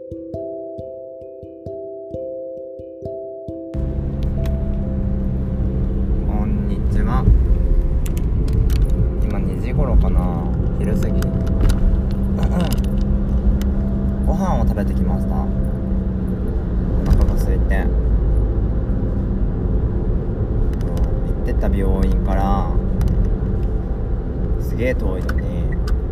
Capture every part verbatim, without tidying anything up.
こんにちは。今にじ頃かな、昼過ぎご飯を食べてきました。お腹が空いて、行ってた病院からすげえ遠いのに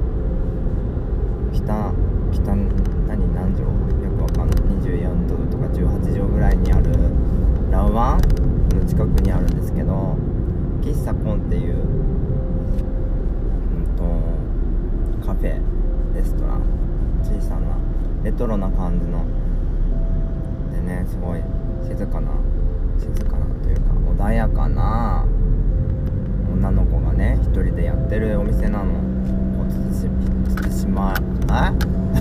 北北何何畳よくわかんないにじゅうよんどとかじゅうはち畳ぐらいにあるラウワンの近くにあるんですけど、喫茶コンっていう、うんとカフェレストラン、小さなレトロな感じのでね、すごい静かな静かなというか穏やかな女の子がね一人でやってるお店なの。こうつつしつつしまあ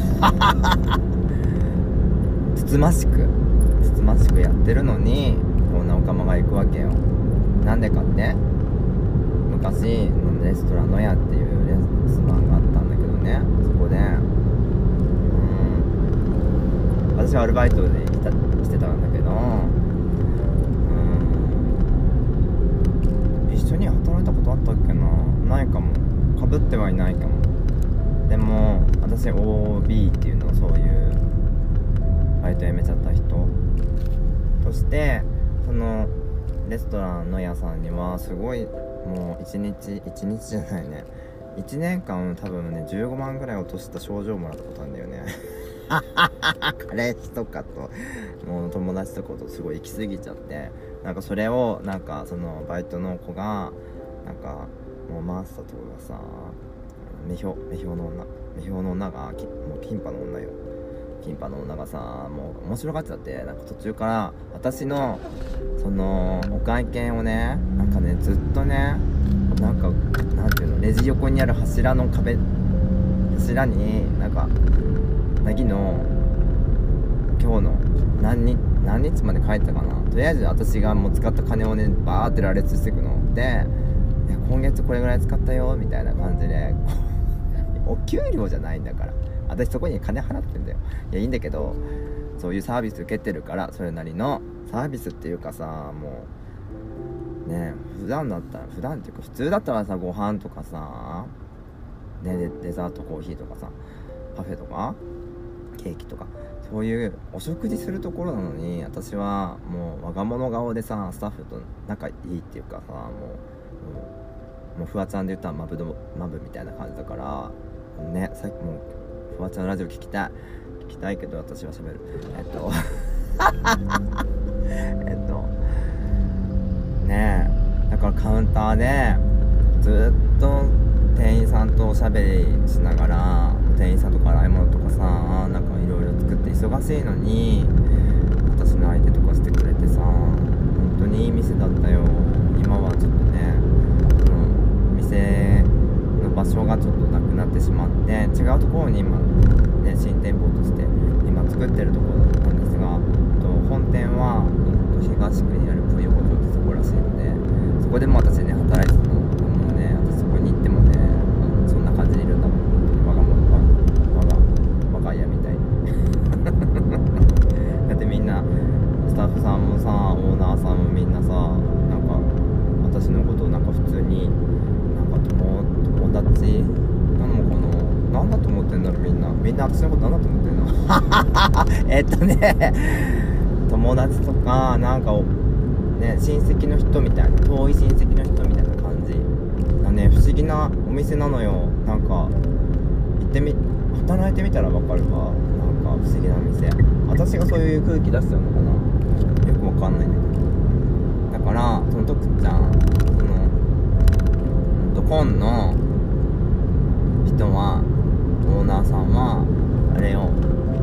つつましくつつましくやってるのにこんなおかまが行くわけよ。なんでかって、昔のレストランのやっていうレストランがあったんだけどね、そこで私はアルバイトで来たしてたんだけど、うん一緒に働いたことあったっけな、ないかも、かぶってはいないかも。でも私 オービー っていうのを、そういうバイト辞めちゃった人としてそのレストランの屋さんにはすごいもう一日一日じゃないねいちねんかん多分ねじゅうごまんぐらい落とした賞状もらったことあるんだよね彼氏とかともう友達とかとすごい行き過ぎちゃって、なんかそれをなんかそのバイトの子がなんかもうマスターとかがさ、目標目標の女目標の女がもうキンパの女よキンパの女がさ、もう面白がっちゃって、なんか途中から私のそのお会計をね、なんかねずっとね、なんかなんていうの、レジ横にある柱の壁柱になんか次の今日の何日何日まで帰ったかな、とりあえず私がもう使った金をねバーって羅列していくので、今月これぐらい使ったよみたいな感じでお給料じゃないんだから、私そこに金払ってんだよ。いやいいんだけど、そういうサービス受けてるから、それなりのサービスっていうかさ、もうね普段だったら普段っていうか普通だったらさ、ご飯とかさね、デ, デザートコーヒーとかさ、パフェとかケーキとか、そういうお食事するところなのに、私はもう我が物顔でさスタッフと仲いいっていうかさ、もうもうもうフワちゃんで言ったらマブドマブみたいな感じだからね、さっきもフワちゃんのラジオ聞きたい聞きたいけど私は喋るえっとえっとねえ、だからカウンターでずっと店員さんとおしゃべりしながら、店員さんとか洗い物とかさ、なんかいろいろ作って忙しいのに私の相手とかしてくれてさ、本当にいい店だったよ。今はちょっとね、その店の場所がちょっとなくなってしまって、違うところに今ね新店舗として今作ってるところなんですが、本店は東区にあるプヨコ町ってところらしいので、そこでも私ね働いてたの。もうね、私そこに行ってもね、そんな感じでいるんだもん。我が物我が我が家みたいにだってみんなスタッフさんもさ、オーナーさんもみんなさ、なんか私のことをなんか普通になんか友友達なのかな、なんだと思ってんだろう、みんなみんな私のことなんだと思ってんのえっとね友達とかなんかね、親戚の人みたいな、遠い親戚の人みたいな感じなね、不思議なお店なのよ。なんか行ってみ働いてみたらわかるわ。なんか不思議な店、私がそういう空気出しちゃうのかな、よくわかんないんだけど。だからその徳ちゃん、そのうんとコンの人は、オーナーさんはあれよ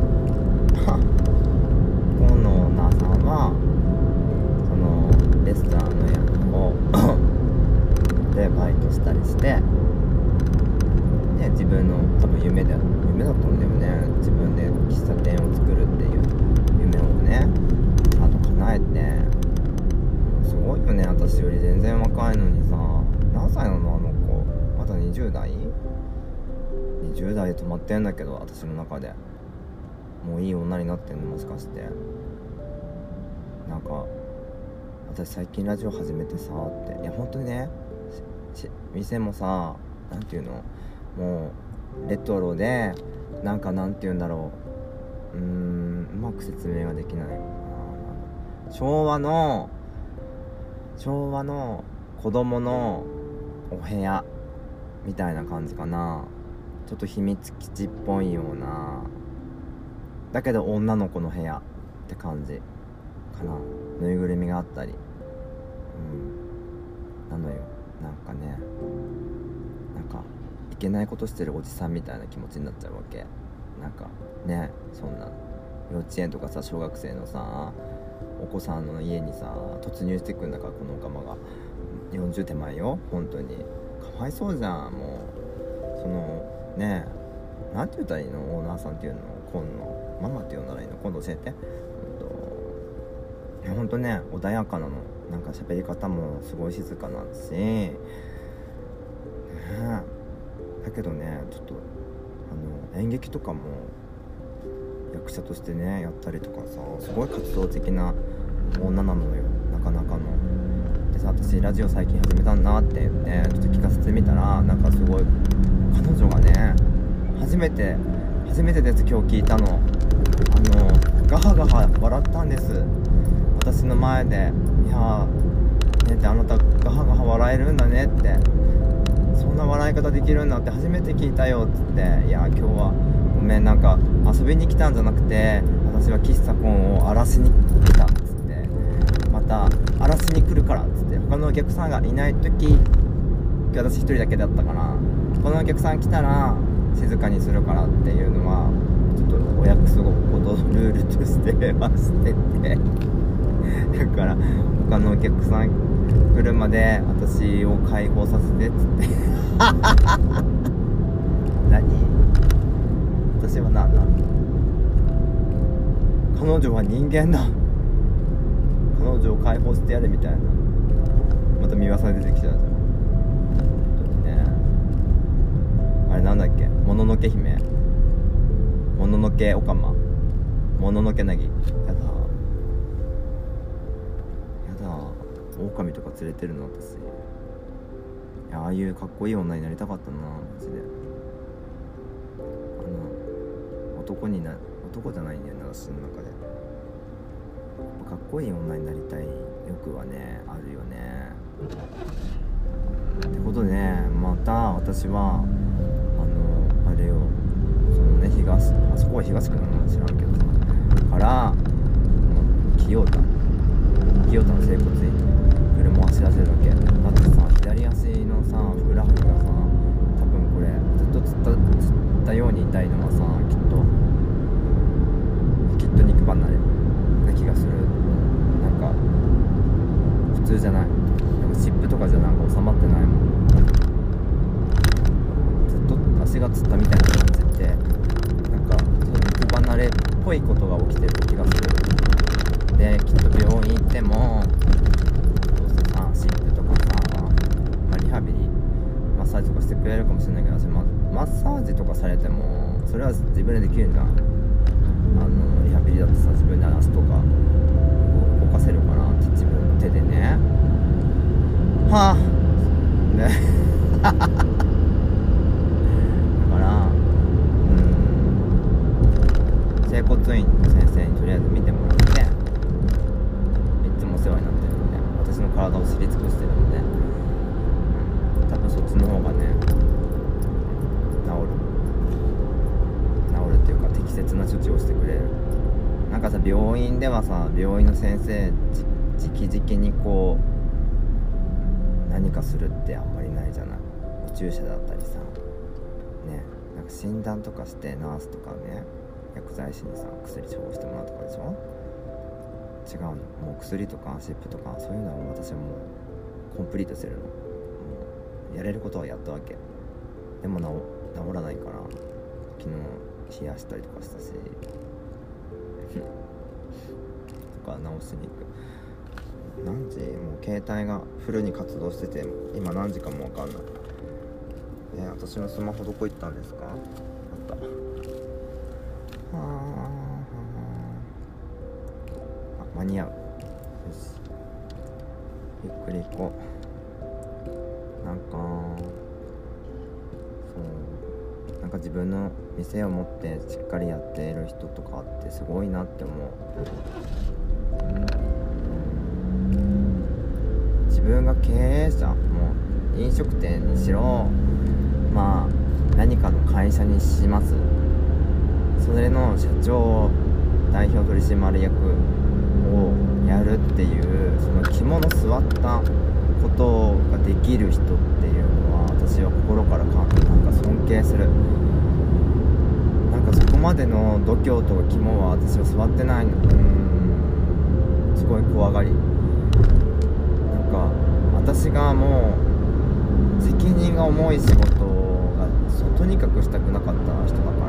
コンのオーナーさんはそのレストランのやをでバイトしたりして、ね、自分の多分夢だ夢だったんだよね。自分で喫茶店を作るっていう夢をね、あと叶えて、すごいよね。私より全然若いのにさ、何歳なのあの子、まだにじゅう代にじゅう代で止まってんだけど、私の中でもういい女になってんの、もしかして。なんか私最近ラジオ始めてさって、いや本当にね、店もさ、なんていうの、もうレトロで、なんかなんていうんだろう、うーんうまく説明ができないよな。昭和の昭和の子供のお部屋みたいな感じかな。ちょっと秘密基地っぽいような、だけど女の子の部屋って感じかな。ぬいぐるみがあったり、うんなのよ。なんかね、なんかいけないことしてるおじさんみたいな気持ちになっちゃうわけ。なんかね、そんな幼稚園とかさ、小学生のさお子さんの家にさ突入してくんだから、このオカマがよんじゅう手前よ。本当にかわいそうじゃん。もうそのねえ、なんて言ったらいいの、オーナーさんっていうの、今のママって呼んだらいいの、今度教えて。いやほんとね、穏やかなの。なんか喋り方もすごい静かなんし、ね、だけどね、ちょっとあの演劇とかも役者としてねやったりとかさ、すごい活動的な女なのよ、なかなかの。でさ、私ラジオ最近始めたんだって言ってちょっと聞かせてみたら、なんかすごい彼女がね、初めて初めてです今日聞いたの。あのガハガハ笑ったんです、私の前で。いやーねって、あなたガハガハ笑えるんだねって、そんな笑い方できるんだって初めて聞いたよっつって。いやー今日はごめん、なんか遊びに来たんじゃなくて、私は喫茶コンを荒らしに来たっつって、また荒らしに来るからっつって、他のお客さんがいない時、私一人だけだったから、他のお客さん来たら静かにするからっていうのはちょっとお約束事ルールとしてはしててだから他のお客さん来るまで私を解放させてっつって何、私は何だ、彼女は人間だ、彼女を解放してやれみたいな。また三輪さん出てきちゃうじゃん。あれなんだっけ、もののけ姫、もののけおかま、もののけなぎ。やだやだ、狼とか連れてるの私。いや、ああいうかっこいい女になりたかったな、マジで。あの男にな男じゃないんだよね、私の中で。やっぱかっこいい女になりたい欲はね、あるよね。ってことでね、また私はあのあれよ、そのね、東、あそこは東区なの知らんけどさ、から清田清田の整骨院車を走らせるだけだってさ、左足のさふくらはぎがさ、多分これずっとつったつったように痛いのはさ、きっときっと肉離れな気がする。なんか普通じゃない、なんか湿布とかじゃなんか収まってないもん。足がつったみたいな感じで、なんか肉離れっぽいことが起きてる気がする。で、きっと病院行ってもどうせさ、湿布とかさ、まあ、リハビリマッサージとかしてくれるかもしれないけど、私、ま、マッサージとかされてもそれは自分でできるんじゃん。あのリハビリだってさ、自分で足とか動かせるからって、自分の手でね、はぁね整骨院の先生にとりあえず見てもらって、いつもお世話になってるので、私の体を知り尽くしてるので、うん、多分そっちの方がね治る治るっていうか、適切な処置をしてくれる。なんかさ、病院ではさ、病院の先生じ直々にこう何かするってあんまりないじゃない。お注射だったりさね、なんか診断とかしてナースとかね、薬剤師にさ薬処方してもらうとかでしょ。違うの、もう薬とか湿布とかそういうのは私はもうコンプリートしてるの。もうやれることはやったわけでも治治らないから、昨日冷やしたりとかしたしとか直しに行く。何時？もう携帯がフルに活動してて、今何時かも分かんない。ね、私のスマホどこ行ったんですか？あった。あー間に合う。よし、ゆっくり行こう。なんかそうなんか自分の店を持ってしっかりやっている人とかってすごいなって思う。自分が経営者、もう飲食店にしろ、まあ何かの会社にします。それの社長、代表取締役をやるっていう、その肝の据わったことができる人っていうのは、私は心からかなんか尊敬する。なんかそこまでの度胸とか肝は私は座ってないの。うーんすごい怖がり。なんか私がもう責任が重い仕事がとにかくしたくなかった人だから。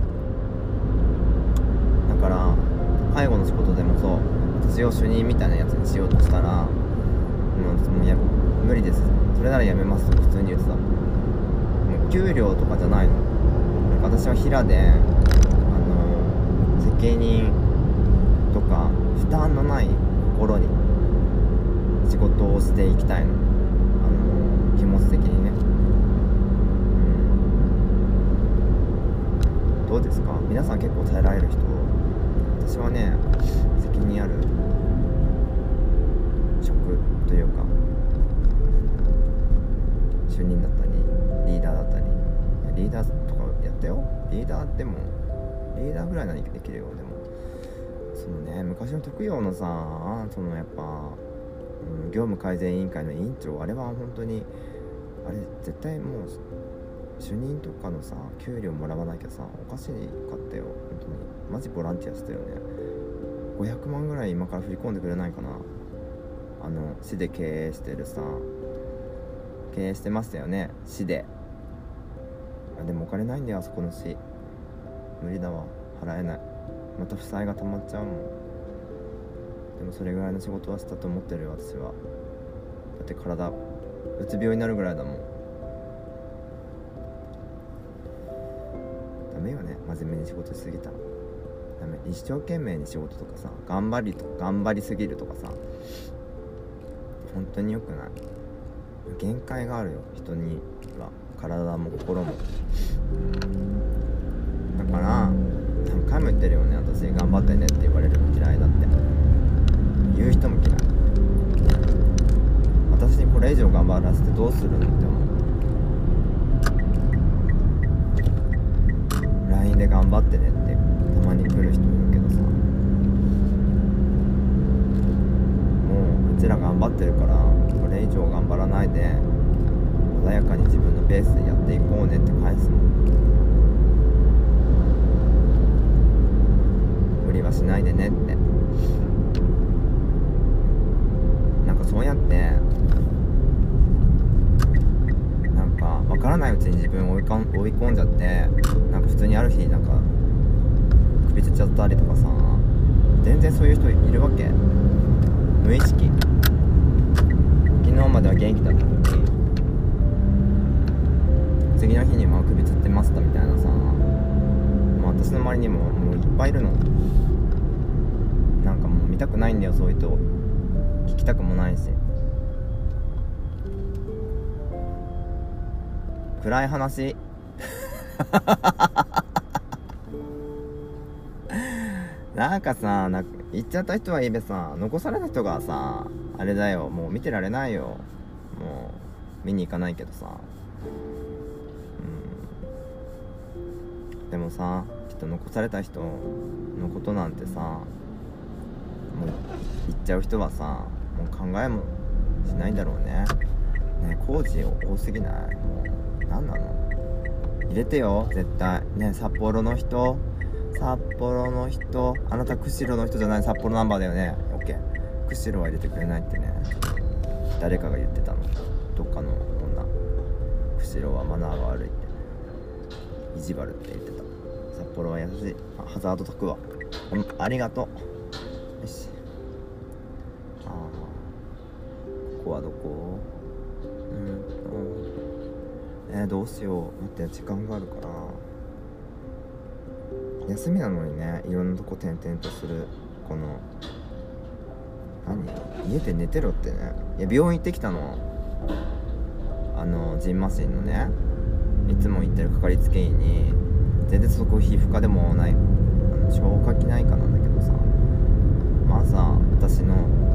だから介護の仕事でもそう、私を主任みたいなやつにしようとしたら、もうもうや無理です、それならやめますと普通に言ってた。もう給料とかじゃないの。なんか私は平で、あの責任とか負担のない心に仕事をしていきたいの。あの気持ち的にね、うん、どうですか皆さん。結構耐えられる人。私はね、責任ある職というか、主任だったりリーダーだったり、リーダーとかやったよ。リーダーでもリーダーぐらいならできるよ。でもそのね、昔の特養のさ、そのやっぱ、うん、業務改善委員会の委員長、あれは本当にあれ絶対もう主任とかのさ給料もらわなきゃさおかしかったよ。本当にマジボランティアしたよね。ごひゃくまんぐらい今から振り込んでくれないかな。あの市で経営してるさ、経営してましたよね、市で。あでもお金ないんだよ、あそこの市。無理だわ、払えない。また負債が溜まっちゃうもん。でもそれぐらいの仕事はしたと思ってるよ、私は。だって体うつ病になるぐらいだもん。ダメよね、真面目に仕事しすぎたらダメ。一生懸命に仕事とかさ、頑張りと頑張りすぎるとかさ、本当に良くない。限界があるよ、人には。体も心も。だから何回も言ってるよね、私。頑張ってねって言われるの嫌いだって。言う人も嫌い。私にこれ以上頑張らせてどうするのって思う。 ライン で頑張ってねってたまに来る人いるけどさ、もううちら頑張ってるからこれ以上頑張らないで穏やかに自分のペースでやっていこうねって返すもん。無理はしないでねって。なんかそうやってなんか分からないうちに自分を追いかん追い込んじゃって、なんか普通にある日なんか首つっちゃったりとかさ、全然そういう人いるわけ。無意識。昨日までは元気だったのに次の日には首つってましたみたいなさ、まあ、私の周りにももういっぱいいるの。なんかもう見たくないんだよ、そういう人。聞きたくもないし。暗い話なんかさ、なんか言っちゃった人はいいべさ、残された人がさあれだよ、もう見てられないよ。もう見に行かないけどさ、うん、でもさ、人残された人のことなんてさ、もう言っちゃう人はさ、もう考えもしないんだろうね。ね、工事多すぎない？もう何なの？入れてよ絶対ね。札幌の人、札幌の人、あなた釧路の人じゃない？札幌ナンバーだよね。オッケー。釧路は入れてくれないってね、誰かが言ってたの。どっかの女。釧路はマナーが悪いって意地悪って言ってた。札幌は優しい。あ、ハザード解くわ。うん、ありがとう。よし。ああ、ここはどこ？うんとえー、どうしよう。待って、時間があるから。休みなのにね、いろんなとこ転々とするこの何家で寝てろってね。いや病院行ってきたの。あのジンマシンのね、いつも行ってるかかりつけ医に、全然そこ皮膚科でもない、あの消化器内科なんだけどさ、まずさ、私の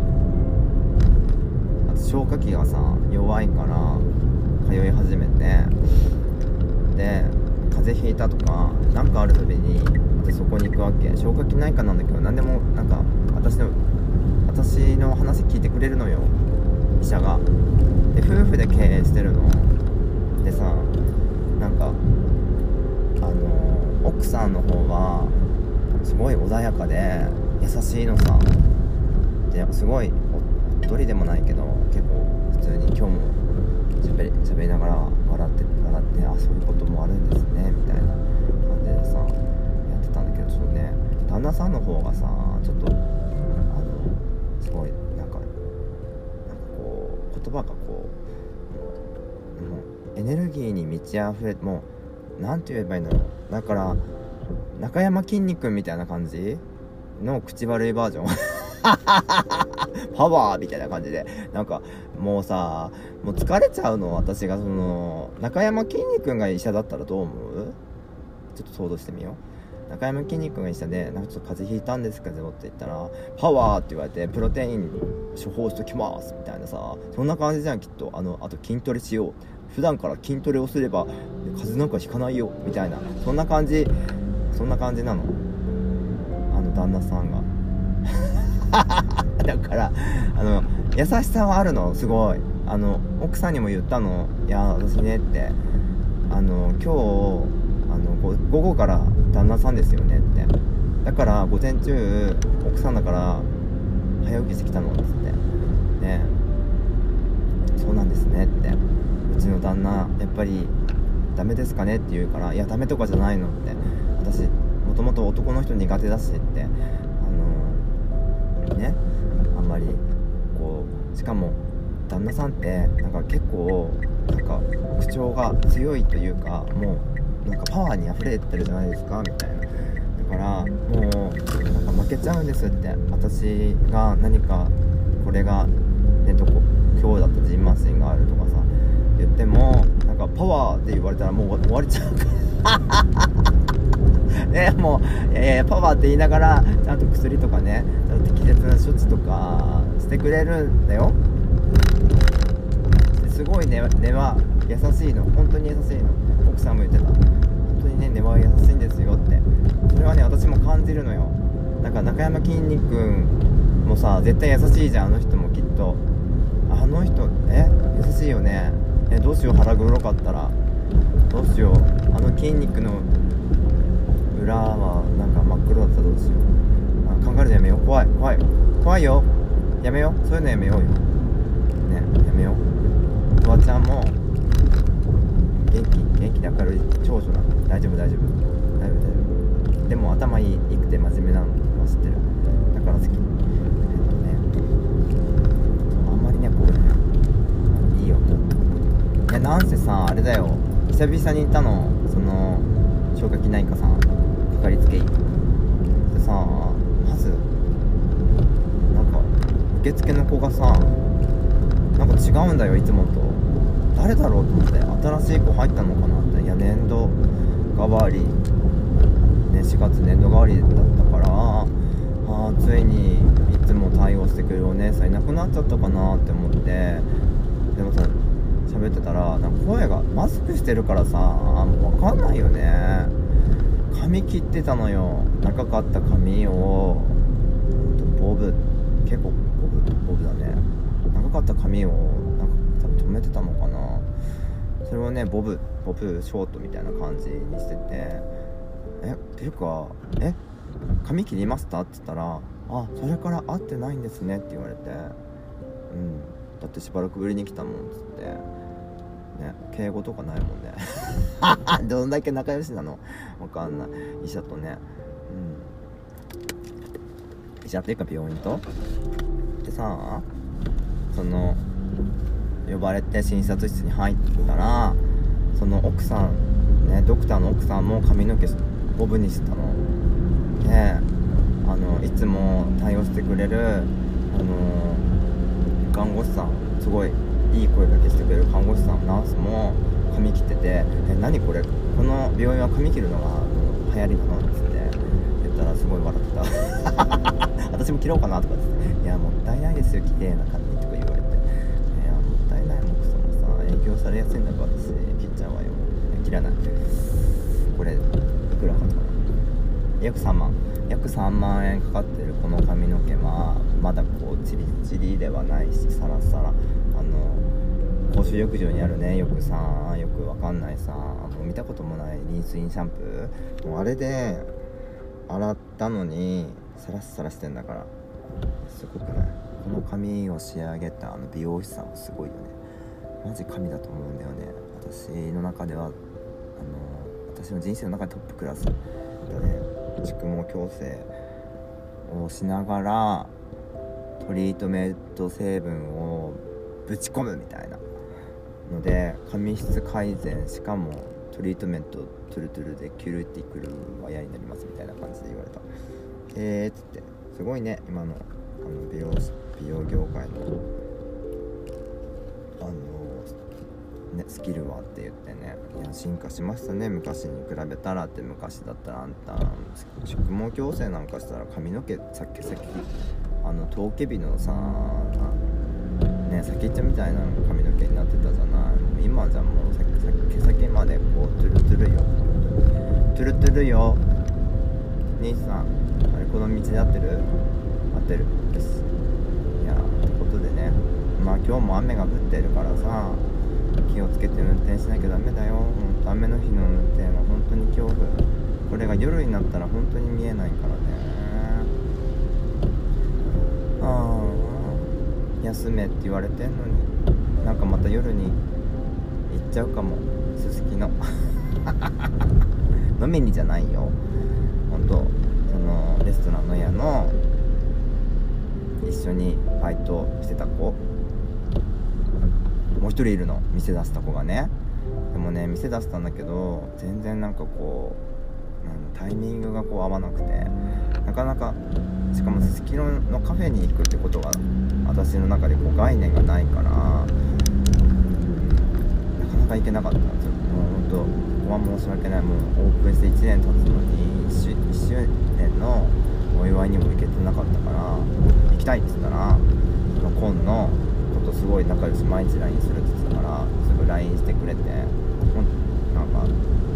消化器がさ弱いから通い始めて、で風邪ひいたとかなんかあるたびに私そこに行くわけ。消化器内科なんだけど、何でもなんか私の私の話聞いてくれるのよ、医者が。で夫婦で経営してるのでさ、なんかあの奥さんの方はすごい穏やかで優しいのさ。ですごいおっとりでもないけど、結構普通に今日もしゃべりしゃべりながら笑って笑って、あ、そういうこともあるんですねみたいな感じでさやってたんだけど、ちょっとね旦那さんの方がさちょっとあのすごいなんかなんかこう言葉がこうもうエネルギーに満ち溢れ、もうなんて言えばいいんだろう。だから中山きんに君みたいな感じの口悪いバージョンパワーみたいな感じで、なんかもうさ、もう疲れちゃうの。私がその中山きんに君が医者だったらどう思う？ちょっと想像してみよう。中山きんに君が医者で、なんかちょっと風邪ひいたんですけどって言ったら、パワーって言われてプロテイン処方しときますみたいなさ、そんな感じじゃんきっと。あのあと筋トレしよう、普段から筋トレをすれば風邪なんかひかないよみたいな、そんな感じそんな感じなの、あの旦那さんがだからあの優しさはあるの、すごい。あの奥さんにも言ったの。いや私ねって、あの今日あの午後から旦那さんですよねって、だから午前中奥さんだから早起きしてきたのっつってね、そうなんですねって、うちの旦那やっぱりダメですかねって言うから、いやダメとかじゃないのって、私もともと男の人苦手だしって、あのね、あんまりこう、しかも旦那さんってなんか結構なんか口調が強いというか、もうなんかパワーに溢れてるじゃないですかみたいな。だからもうなんか負けちゃうんですって、私が何かこれがねどこ今日だとジンマシンがあるとかさ言っても、なんかパワーって言われたらもう終わりちゃうからね、もういやいやパワーって言いながらちゃんと薬とかね、ちゃんと適切な処置とかしてくれるんだよ。すごい根は、ね、は優しいの、本当に優しいの。奥さんも言ってた、本当にね根は優しいんですよって。それはね私も感じるのよ。なんか中山きんに君もさ絶対優しいじゃん、あの人もきっと。あの人え優しいよね。えどうしよう、腹黒かったらどうしよう、あの筋肉の裏はなんか真っ黒だったらどうしよう。あ考えるのやめよう、怖い怖い怖いよ、やめよう、そういうのやめようよね、やめよう。フワちゃんも元気元気で明るい長女なの。大丈夫大丈夫大丈夫大丈夫。でも頭いいいくて真面目なのは知ってる。だから好き。えっとねあんまりねこうねいいよ。いやなんせさあれだよ、久々に行ったの、その消化器内科さんかかりつけ医でさ、まずなんか受付の子がさなんか違うんだよ、いつもと。誰だろうと思って、新しい子入ったのかなって。いや年度替わり、ね、しがつ年度替わりだったから、あついにいつも対応してくれるお姉さんいなくなっちゃったかなって思って。でもさ喋ってたらなんか声がマスクしてるからさもう分かんないよね。髪切ってたのよ、長かった髪をボブ、結構ボブボブだね、長かった髪をなんか多分止めてたのかな。それをねボブボブショートみたいな感じにしてて、えっていうかえ髪切りましたって言ったら、あそれから会ってないんですねって言われて、うんだってしばらくぶりに来たもんっつってね、敬語とかないもんねどんだけ仲良しなのわかんない、医者とね、うん、医者っていうか病院とでさ、その呼ばれて診察室に入ったら、その奥さんね、ドクターの奥さんも髪の毛ボブにしてたので、あのいつも対応してくれるあのー、看護師さんすごいいい声かけしてくれる看護師さんナースも髪切ってて、え何これこの病院は髪切るのが流行りなのって言ったらすごい笑ってた私も切ろうかなとかって言って、いやもったいないですよ綺麗な髪とか言われて、いやもったいないもんそのさ影響されやすいんだから私切っちゃうわよ、切らない。これいくらかな、約さんまん約さんまんえんかかってるこの髪の毛はまだこうチリチリではないしサラサラ、あの公衆浴場にあるねよくさよくわかんないさもう見たこともないリンスインシャンプー、もうあれで洗ったのにサラッサラしてんだからすごくない？この髪を仕上げたあの美容師さんもすごいよね。マジ神だと思うんだよね。私の中ではあの私の人生の中でトップクラスだね。蓄毛矯正をしながらトリートメント成分をぶち込むみたいなので髪質改善、しかもトリートメントトゥルトゥルでキュルティクルは嫌になりますみたいな感じで言われた。えーっつってすごいね今のあの美容美容業界のあのねスキルはって言ってね、いや進化しましたね昔に比べたらって。昔だったらあんた蓄毛矯正なんかしたら髪の毛さっきさっきあのトウケビのさね先っちょみたいな髪の毛になってたじゃない。もう今じゃもうさっきさっき毛先までこうトゥルトゥルよトゥルトゥルよ。兄さんあれこの道で合ってる？合ってるです。いやってことでね、まあ今日も雨が降ってるからさ気をつけて運転しなきゃダメだよ。ほんと雨の日の運転は本当に恐怖。これが夜になったら本当に見えないからね。ああ休めって言われてんのになんかまた夜に行っちゃうかも。すすきの飲みにじゃないよほんと。そのレストランの屋の一緒にバイトしてた子もう一人いるの、店出した子がね。でもね店出したんだけど全然なんかこうタイミングがこう合わなくてなかなか、しかもすすきののカフェに行くってことが私の中でこう概念がないからなかなか行けなかったんですよ。もうほんとここは申し訳ない。もうオープンしていちねん経つのに 1, いっしゅうねんのお祝いにも行けてなかったから行きたいって言ったらそのコンのことすごい仲良し毎日 ライン するって言ってたからすぐ ライン してくれて、ほんなんか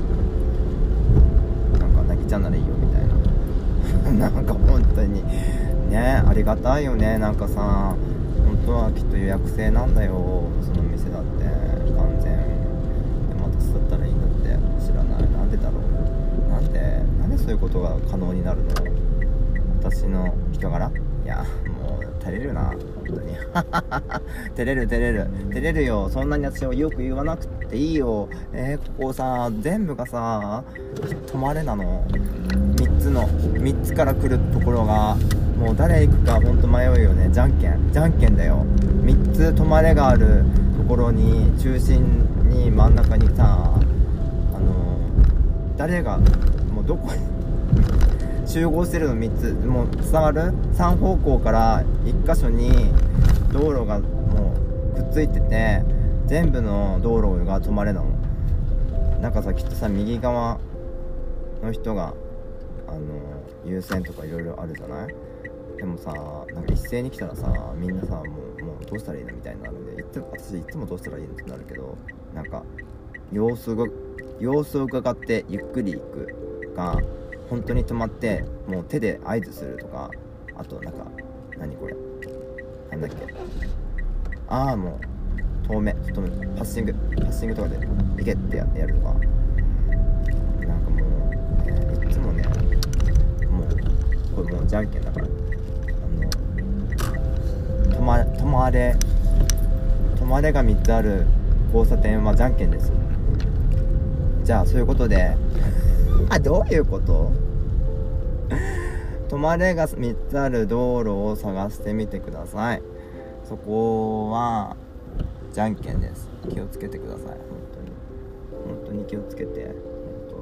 なんかなぎちゃんならいいよみたいななんか本当にねありがたいよね。なんかさ本当はきっと予約制なんだよその店だって完全。でも私だったらいいんだって知らない。なんでだろう。なんでなんでそういうことが可能になるの。私の人柄。いやもう照れるな本当に照れる照れる照れるよ。そんなに私はよく言わなくていいよ。えー、ここさ全部がさ泊まれなの。みっつのみっつから来るところがもう誰行くかほんと迷うよね。じゃんけんじゃんけんだよ。みっつ泊まれがあるところに中心に真ん中にさあの誰がもうどこに集合してるのみっつもう伝わる。さん方向からいっ箇所に道路がもうくっついてて全部の道路が止まれなの。なんかさきっとさ右側の人があの優先とかいろいろあるじゃない。でもさなんか一斉に来たらさみんなさもう、もうどうしたらいいのみたいになるんでいつも私いつもどうしたらいいのってなるけど、なんか様子が様子を伺ってゆっくり行くか本当に止まってもう手で合図するとか、あとなんか何これなんだっけああもう遠目ちょっとパッシングパッシングとかで行けってやるとか、なんかもう、ね、いつもねもうこれもうじゃんけんだからあの止ま止まれ止まれがみっつある交差点はじゃんけんです。じゃあそういうことであ、どういうこと止まれがみっつある道路を探してみてください。そこはじゃんけんです。気をつけてください。本当に本当に気をつけて。本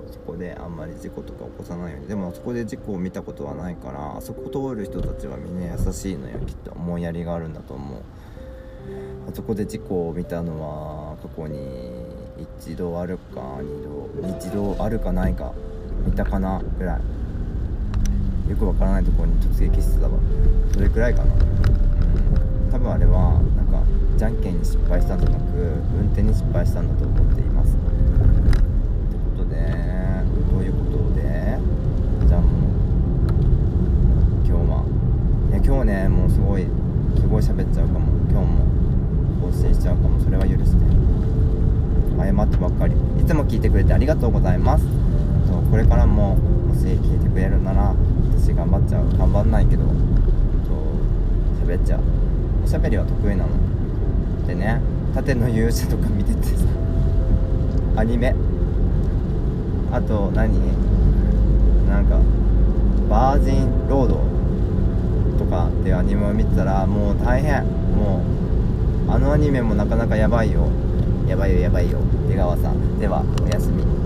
そこであんまり事故とか起こさないように。でもそこで事故を見たことはないから、あそこ通る人たちはみんな優しいのよ、きっと思いやりがあるんだと思う。あそこで事故を見たのは過去に一度あるか二度一度あるかないか見たかなぐらい、よくわからないところに突撃してたわ。それくらいかな。うん、多分あれはなんかじゃんけんに失敗したんじゃなく運転に失敗したんだと思っています。ってことでということでじゃあもう今日はいや今日ねもうすごいすごい喋っちゃうかも。今日も更新しちゃうかも。それは許して謝ってばっかり。いつも聞いてくれてありがとうございます。これからももし聞いてくれるなら私頑張っちゃう。頑張んないけど喋っちゃう。おしゃべりは得意なのでね。盾の勇者とか見ててさ、アニメ、あと何なんかバージンロードとかっていうアニメを見てたらもう大変。もうあのアニメもなかなかやばいよやばいよやばいよ出川さん。ではおやすみ。